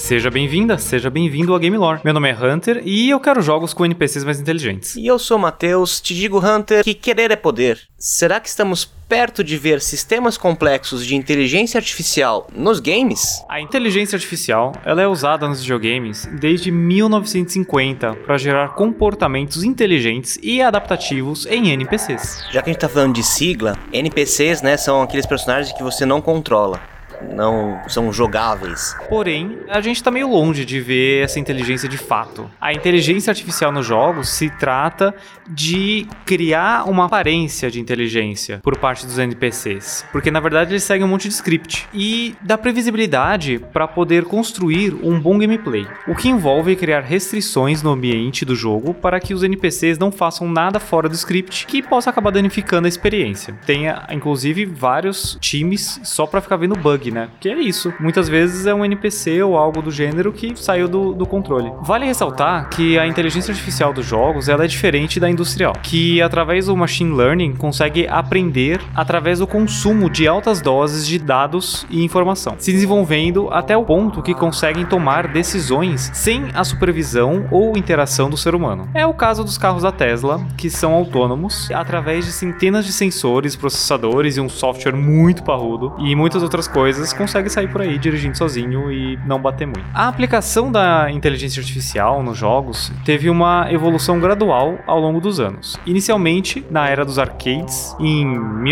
Seja bem-vinda, seja bem-vindo ao Game Lore. Meu nome é Hunter e eu quero jogos com NPCs mais inteligentes. E eu sou o Matheus, te digo, Hunter, que querer é poder. Será que estamos perto de ver sistemas complexos de inteligência artificial nos games? A inteligência artificial ela é usada nos videogames desde 1950 para gerar comportamentos inteligentes e adaptativos em NPCs. Já que a gente tá falando de sigla, NPCs, né, são aqueles personagens que você não controla. Não são jogáveis. Porém, a gente tá meio longe de ver essa inteligência de fato. A inteligência artificial nos jogos se trata de criar uma aparência de inteligência por parte dos NPCs, porque na verdade eles seguem um monte de script e dá previsibilidade para poder construir um bom gameplay, o que envolve criar restrições no ambiente do jogo para que os NPCs não façam nada fora do script que possa acabar danificando a experiência. Tem inclusive vários times só para ficar vendo bug, né? Que é isso. Muitas vezes é um NPC ou algo do gênero que saiu do controle. Vale ressaltar que a inteligência artificial dos jogos ela é diferente da industrial, que através do machine learning consegue aprender através do consumo de altas doses de dados e informação, se desenvolvendo até o ponto que conseguem tomar decisões sem a supervisão ou interação do ser humano. É o caso dos carros da Tesla, que são autônomos através de centenas de sensores, processadores e um software muito parrudo e muitas outras coisas, consegue sair por aí dirigindo sozinho e não bater muito. A aplicação da inteligência artificial nos jogos teve uma evolução gradual ao longo dos anos. Inicialmente, na era dos arcades, em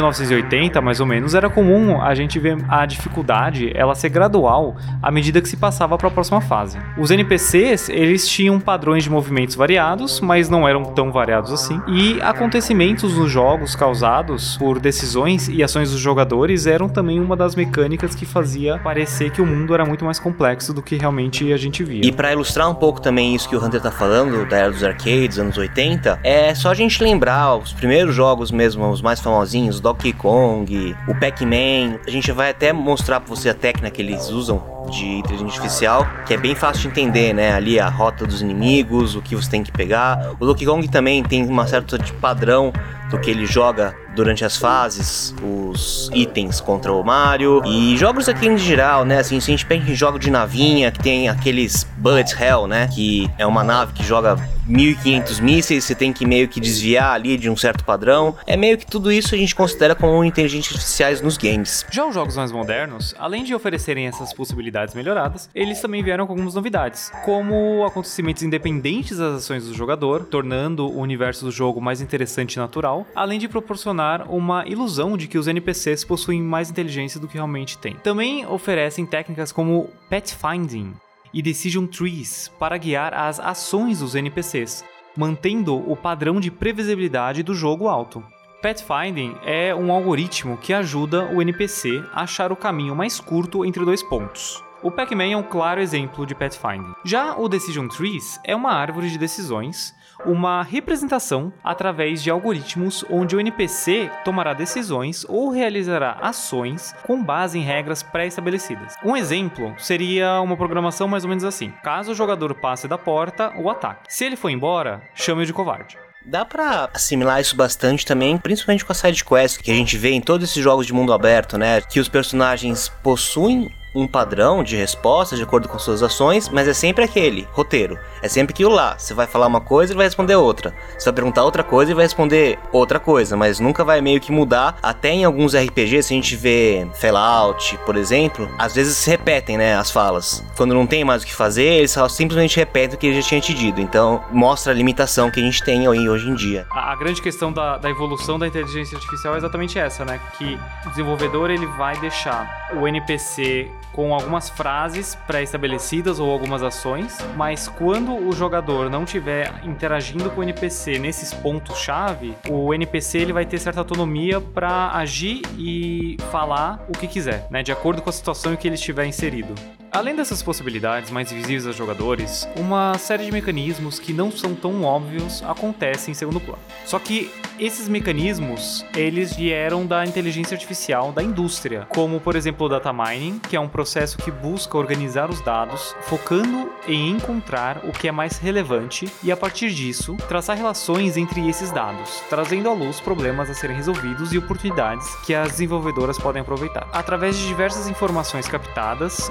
1980 mais ou menos, era comum a gente ver a dificuldade ela ser gradual à medida que se passava para a próxima fase. Os NPCs, eles tinham padrões de movimentos variados, mas não eram tão variados assim, e acontecimentos nos jogos causados por decisões e ações dos jogadores eram também uma das mecânicas que fazia parecer que o mundo era muito mais complexo do que realmente a gente via. E pra ilustrar um pouco também isso que o Hunter tá falando, da era dos arcades, anos 80, é só a gente lembrar os primeiros jogos mesmo, os mais famosinhos, Donkey Kong, o Pac-Man. A gente vai até mostrar pra você a técnica que eles usam de inteligência artificial, que é bem fácil de entender, né? Ali a rota dos inimigos, o que você tem que pegar. O Donkey Kong também tem uma certa de padrão do que ele joga durante as fases, os itens contra o Mario. E jogos aqui em geral, né? Assim, se a gente pensa em jogo de navinha, que tem aqueles Bullet Hell, né? Que é uma nave que joga 1500 mísseis, você tem que meio que desviar ali de um certo padrão. É meio que tudo isso a gente considera como inteligências artificiais nos games. Já os jogos mais modernos, além de oferecerem essas possibilidades melhoradas, eles também vieram com algumas novidades, como acontecimentos independentes das ações do jogador, tornando o universo do jogo mais interessante e natural, além de proporcionar uma ilusão de que os NPCs possuem mais inteligência do que realmente têm. Também oferecem técnicas como pathfinding e decision trees para guiar as ações dos NPCs, mantendo o padrão de previsibilidade do jogo alto. Pathfinding é um algoritmo que ajuda o NPC a achar o caminho mais curto entre dois pontos. O Pac-Man é um claro exemplo de pathfinding. Já o Decision Trees é uma árvore de decisões, uma representação através de algoritmos onde o NPC tomará decisões ou realizará ações com base em regras pré-estabelecidas. Um exemplo seria uma programação mais ou menos assim: caso o jogador passe da porta, o ataque. Se ele for embora, chame-o de covarde. Dá pra assimilar isso bastante também, principalmente com a side quest que a gente vê em todos esses jogos de mundo aberto, né? Que os personagens possuem um padrão de resposta de acordo com suas ações, mas é sempre aquele roteiro, é sempre aquilo lá. Você vai falar uma coisa, ele vai responder outra. Você vai perguntar outra coisa, ele vai responder outra coisa, mas nunca vai meio que mudar. Até em alguns RPGs, se a gente vê Fallout, por exemplo, às vezes se repetem, né, as falas. Quando não tem mais o que fazer, eles só simplesmente repetem o que ele já tinha te dito. Então mostra a limitação que a gente tem hoje em dia. A grande questão da evolução da inteligência artificial é exatamente essa, né? Que o desenvolvedor ele vai deixar o NPC com algumas frases pré-estabelecidas ou algumas ações, mas quando o jogador não estiver interagindo com o NPC nesses pontos-chave, o NPC ele vai ter certa autonomia para agir e falar o que quiser, né, de acordo com a situação em que ele estiver inserido. Além dessas possibilidades mais visíveis aos jogadores, uma série de mecanismos que não são tão óbvios acontecem em segundo plano. Só que esses mecanismos, eles vieram da inteligência artificial da indústria, como por exemplo o data mining, que é um processo que busca organizar os dados, focando em encontrar o que é mais relevante e a partir disso, traçar relações entre esses dados, trazendo à luz problemas a serem resolvidos e oportunidades que as desenvolvedoras podem aproveitar. Através de diversas informações captadas em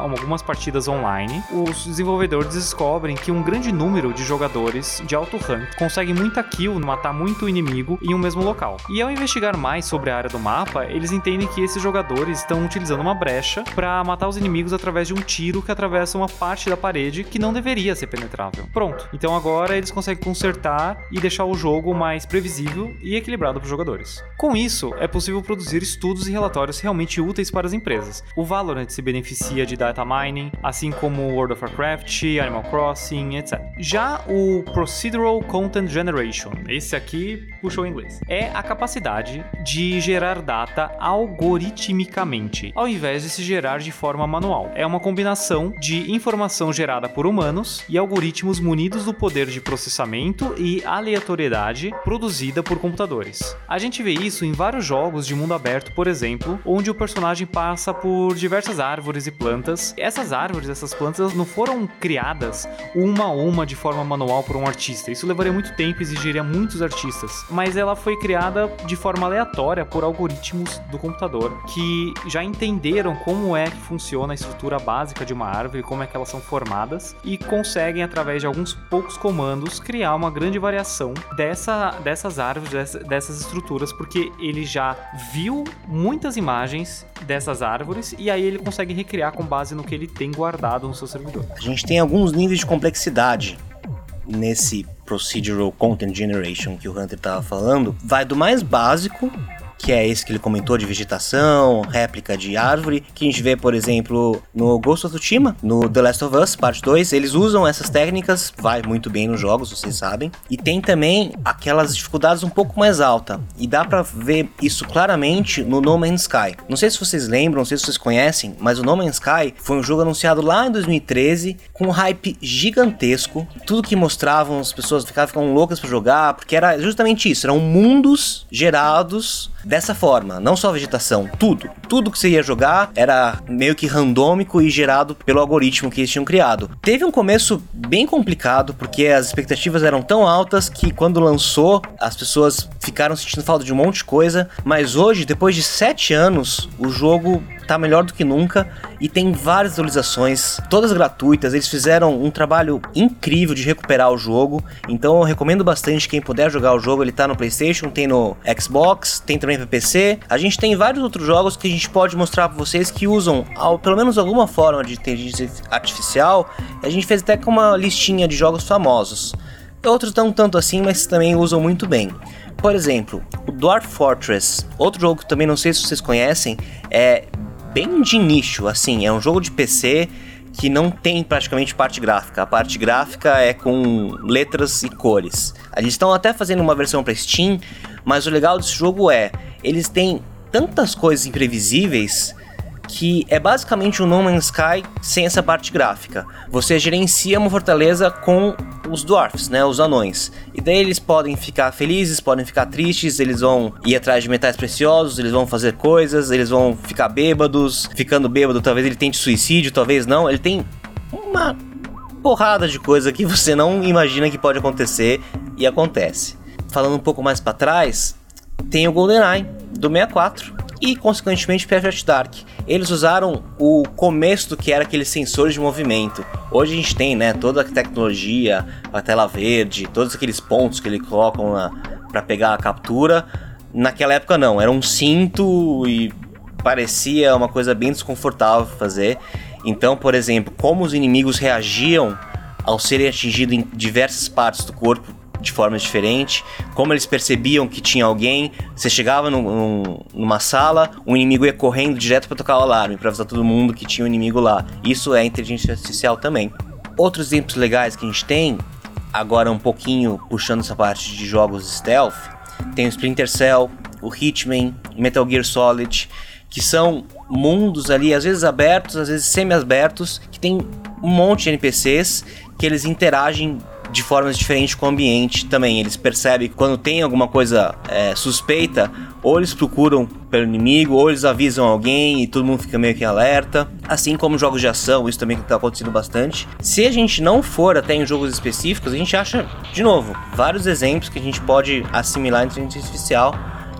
algumas partidas online, os desenvolvedores descobrem que um grande número de jogadores de alto rank conseguem muita kill, matar muito inimigo em um mesmo local. E ao investigar mais sobre a área do mapa, eles entendem que esses jogadores estão utilizando uma brecha para matar os inimigos através de um tiro que atravessa uma parte da parede que não deveria ser penetrável. Pronto. Então agora eles conseguem consertar e deixar o jogo mais previsível e equilibrado para os jogadores. Com isso, é possível produzir estudos e relatórios realmente úteis para as empresas. O Valorant se beneficia de data mining, assim como World of Warcraft, Animal Crossing, etc. Já o Procedural Content Generation, esse aqui puxou em inglês, é a capacidade de gerar data algoritmicamente, ao invés de se gerar de forma manual. É uma combinação de informação gerada por humanos e algoritmos munidos do poder de processamento e aleatoriedade produzida por computadores. A gente vê isso em vários jogos de mundo aberto, por exemplo, onde o personagem passa por diversas árvores e plantas. Essas árvores, essas plantas não foram criadas uma a uma de forma manual por um artista. Isso levaria muito tempo e exigiria muitos artistas. Mas ela foi criada de forma aleatória por algoritmos do computador que já entenderam como é que funciona a estrutura básica de uma árvore, como é que elas são formadas e conseguem, através de alguns poucos comandos, criar uma grande variação dessas árvores, dessas estruturas, porque ele já viu muitas imagens dessas árvores e aí ele consegue recriar com base no que ele tem guardado no seu servidor. A gente tem alguns níveis de complexidade nesse Procedural Content Generation que o Hunter estava falando. Vai do mais básico, que é esse que ele comentou, de vegetação, réplica de árvore, que a gente vê, por exemplo, no Ghost of Tsushima, no The Last of Us, parte 2, eles usam essas técnicas, vai muito bem nos jogos, vocês sabem, e tem também aquelas dificuldades um pouco mais altas, e dá pra ver isso claramente no No Man's Sky. Não sei se vocês lembram, não sei se vocês conhecem, mas o No Man's Sky foi um jogo anunciado lá em 2013, com um hype gigantesco, tudo que mostravam, as pessoas ficavam loucas pra jogar, porque era justamente isso, eram mundos gerados dessa forma, não só a vegetação, tudo que você ia jogar era meio que randômico e gerado pelo algoritmo que eles tinham criado. Teve um começo bem complicado, porque as expectativas eram tão altas que quando lançou, as pessoas ficaram sentindo falta de um monte de coisa, mas hoje, depois de 7 anos, o jogo tá melhor do que nunca e tem várias atualizações, todas gratuitas. Eles fizeram um trabalho incrível de recuperar o jogo, então eu recomendo bastante quem puder jogar o jogo. Ele tá no PlayStation, tem no Xbox, tem também para PC. A gente tem vários outros jogos que a gente pode mostrar para vocês que usam pelo menos alguma forma de inteligência artificial. A gente fez até com uma listinha de jogos famosos. Outros não tanto assim, mas também usam muito bem. Por exemplo, o Dwarf Fortress, outro jogo que também não sei se vocês conhecem, é bem de nicho, assim, é um jogo de PC que não tem praticamente parte gráfica. A parte gráfica é com letras e cores. Eles estão até fazendo uma versão para Steam, mas o legal desse jogo é, eles têm tantas coisas imprevisíveis que é basicamente um No Man's Sky sem essa parte gráfica. Você gerencia uma fortaleza com os dwarfs, né, os anões. E daí eles podem ficar felizes, podem ficar tristes, eles vão ir atrás de metais preciosos, eles vão fazer coisas, eles vão ficar bêbados. Ficando bêbado, talvez ele tente suicídio, talvez não. Ele tem uma porrada de coisa que você não imagina que pode acontecer e acontece. Falando um pouco mais pra trás, tem o GoldenEye do 64. E, consequentemente, Perfect Dark. Eles usaram o começo do que era aqueles sensores de movimento. Hoje a gente tem, né, toda a tecnologia, a tela verde, todos aqueles pontos que eles colocam para pegar a captura. Naquela época não, era um cinto e parecia uma coisa bem desconfortável fazer. Então, por exemplo, como os inimigos reagiam ao serem atingidos em diversas partes do corpo, de formas diferentes, como eles percebiam que tinha alguém. Você chegava numa sala, o inimigo ia correndo direto para tocar o alarme, para avisar todo mundo que tinha um inimigo lá. Isso é inteligência artificial também. Outros exemplos legais que a gente tem, agora um pouquinho puxando essa parte de jogos stealth, tem o Splinter Cell, o Hitman, Metal Gear Solid, que são mundos ali, às vezes abertos, às vezes semi-abertos, que tem um monte de NPCs que eles interagem de formas diferentes com o ambiente também. Eles percebem que quando tem alguma coisa suspeita, ou eles procuram pelo inimigo, ou eles avisam alguém e todo mundo fica meio que em alerta. Assim como jogos de ação, isso também está acontecendo bastante. Se a gente não for até em jogos específicos, a gente acha, de novo, vários exemplos que a gente pode assimilar à inteligência artificial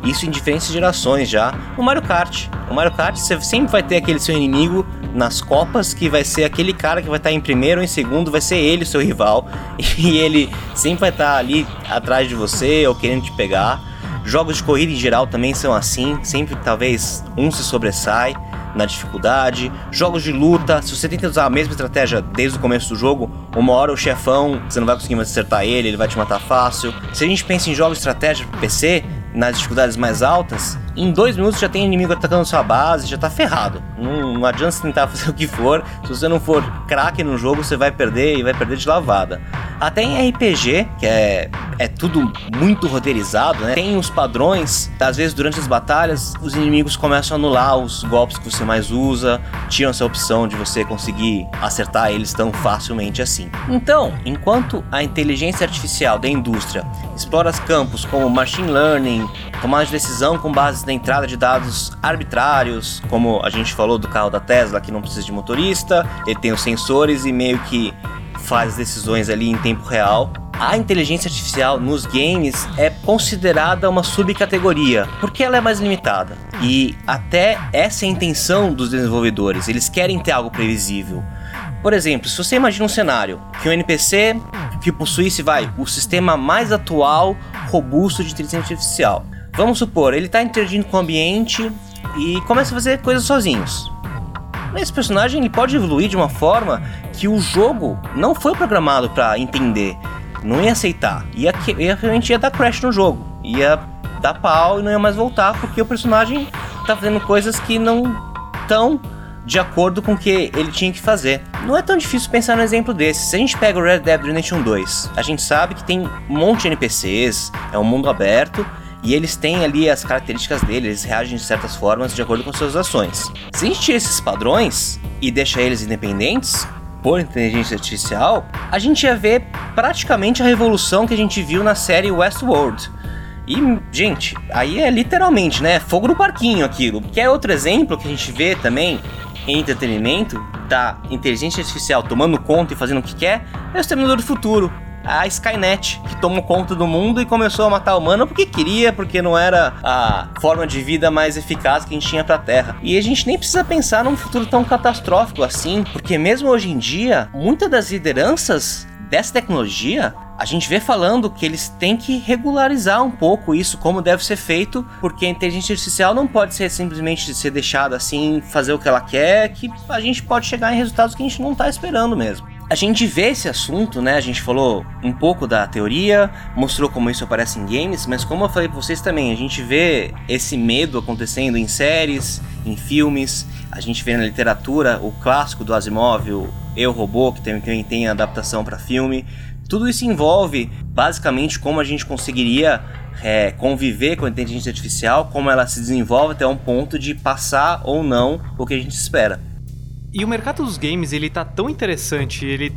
isso em diferentes gerações já. O Mario Kart, você sempre vai ter aquele seu inimigo nas copas, que vai ser aquele cara que vai estar em primeiro ou em segundo, vai ser ele o seu rival, e ele sempre vai estar ali atrás de você ou querendo te pegar. Jogos de corrida em geral também são assim, sempre talvez um se sobressai na dificuldade. Jogos de luta, se você tenta usar a mesma estratégia desde o começo do jogo, uma hora o chefão, você não vai conseguir mais acertar ele vai te matar fácil. Se a gente pensa em jogos de estratégia pro PC, nas dificuldades mais altas, em 2 minutos já tem inimigo atacando sua base, já tá ferrado. Não adianta você tentar fazer o que for, se você não for craque no jogo, você vai perder e vai perder de lavada. Até em RPG, que é tudo muito roteirizado, né? Tem os padrões, às vezes durante as batalhas, os inimigos começam a anular os golpes que você mais usa, tiram essa opção de você conseguir acertar eles tão facilmente assim. Então, enquanto a inteligência artificial da indústria explora os campos como machine learning, tomada de decisão com base na entrada de dados arbitrários, como a gente falou do carro da Tesla, que não precisa de motorista, ele tem os sensores e meio que faz decisões ali em tempo real. A inteligência artificial nos games é considerada uma subcategoria, porque ela é mais limitada. E até essa é a intenção dos desenvolvedores, eles querem ter algo previsível. Por exemplo, se você imagina um cenário que um NPC que possuísse, o sistema mais atual, robusto de inteligência artificial. Vamos supor, ele está interagindo com o ambiente e começa a fazer coisas sozinhos. Esse personagem ele pode evoluir de uma forma que o jogo não foi programado para entender, não ia aceitar, realmente ia dar crash no jogo, ia dar pau e não ia mais voltar, porque o personagem está fazendo coisas que não estão de acordo com o que ele tinha que fazer. Não é tão difícil pensar num exemplo desse. Se a gente pega o Red Dead Redemption 2, a gente sabe que tem um monte de NPCs, é um mundo aberto, e eles têm ali as características deles, eles reagem de certas formas de acordo com suas ações. Se a gente tira esses padrões e deixa eles independentes, por inteligência artificial, a gente ia ver praticamente a revolução que a gente viu na série Westworld. E, gente, aí é literalmente, né, fogo no parquinho aquilo. Que é outro exemplo que a gente vê também em entretenimento da inteligência artificial tomando conta e fazendo o que quer, é o Exterminador do Futuro. A Skynet, que tomou conta do mundo e começou a matar o humano porque queria, porque não era a forma de vida mais eficaz que a gente tinha pra Terra. E a gente nem precisa pensar num futuro tão catastrófico assim, porque mesmo hoje em dia, muitas das lideranças dessa tecnologia, a gente vê falando que eles têm que regularizar um pouco isso, como deve ser feito, porque a inteligência artificial não pode simplesmente ser deixada assim, fazer o que ela quer, que a gente pode chegar em resultados que a gente não tá esperando mesmo. A gente vê esse assunto, né? A gente falou um pouco da teoria, mostrou como isso aparece em games, mas como eu falei pra vocês também, a gente vê esse medo acontecendo em séries, em filmes, a gente vê na literatura o clássico do Asimov, o Eu, Robô, que também tem adaptação para filme. Tudo isso envolve basicamente como a gente conseguiria conviver com a inteligência artificial, como ela se desenvolve até um ponto de passar ou não o que a gente espera. E o mercado dos games, ele tá tão interessante, ele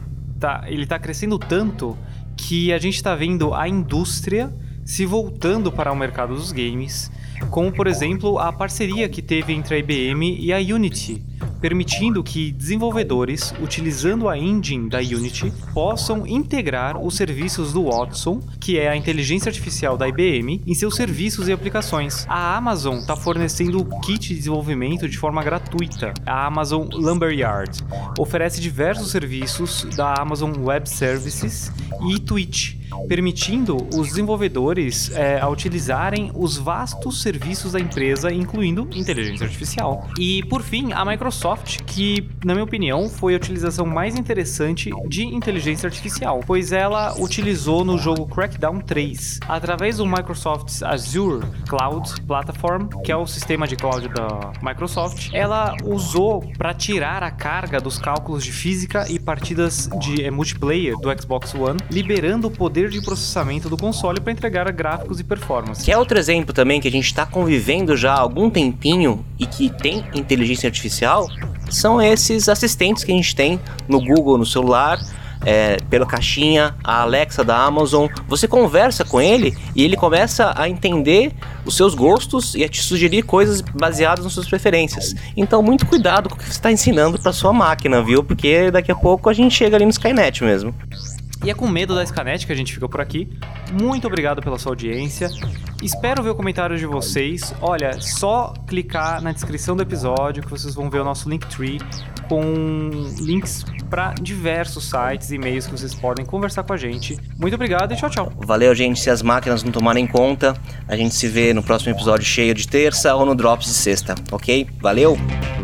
tá crescendo tanto que a gente tá vendo a indústria se voltando para o mercado dos games, como por exemplo a parceria que teve entre a IBM e a Unity, permitindo que desenvolvedores, utilizando a engine da Unity, possam integrar os serviços do Watson, que é a inteligência artificial da IBM, em seus serviços e aplicações. A Amazon está fornecendo o kit de desenvolvimento de forma gratuita. A Amazon Lumberyard oferece diversos serviços da Amazon Web Services e Twitch, permitindo os desenvolvedores a utilizarem os vastos serviços da empresa, incluindo inteligência artificial. E, por fim, a Microsoft, que, na minha opinião, foi a utilização mais interessante de inteligência artificial, pois ela utilizou no jogo Crackdown 3, através do Microsoft Azure Cloud Platform, que é o sistema de cloud da Microsoft. Ela usou para tirar a carga dos cálculos de física e partidas de multiplayer do Xbox One, liberando o poder de processamento do console para entregar gráficos e performance. Que é outro exemplo também que a gente está convivendo já há algum tempinho e que tem inteligência artificial, são esses assistentes que a gente tem no Google, no celular, pela caixinha, a Alexa da Amazon. Você conversa com ele e ele começa a entender os seus gostos e a te sugerir coisas baseadas nas suas preferências. Então, muito cuidado com o que você está ensinando para sua máquina, viu? Porque daqui a pouco a gente chega ali no Skynet mesmo. E é com medo da Skynet que a gente fica por aqui. Muito obrigado pela sua audiência Espero ver o comentário de vocês. Olha, só clicar na descrição do episódio que vocês vão ver o nosso Linktree com links para diversos sites e e-mails que vocês podem conversar com a gente. Muito obrigado e tchau, tchau. Valeu, gente. Se as máquinas não tomarem conta, a gente se vê no próximo episódio cheio de terça ou no Drops de sexta, ok? Valeu!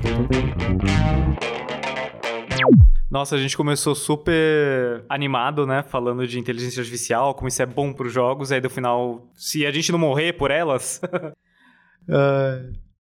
Nossa, a gente começou super animado, né? Falando de inteligência artificial, como isso é bom pros jogos. Aí, no final, se a gente não morrer por elas...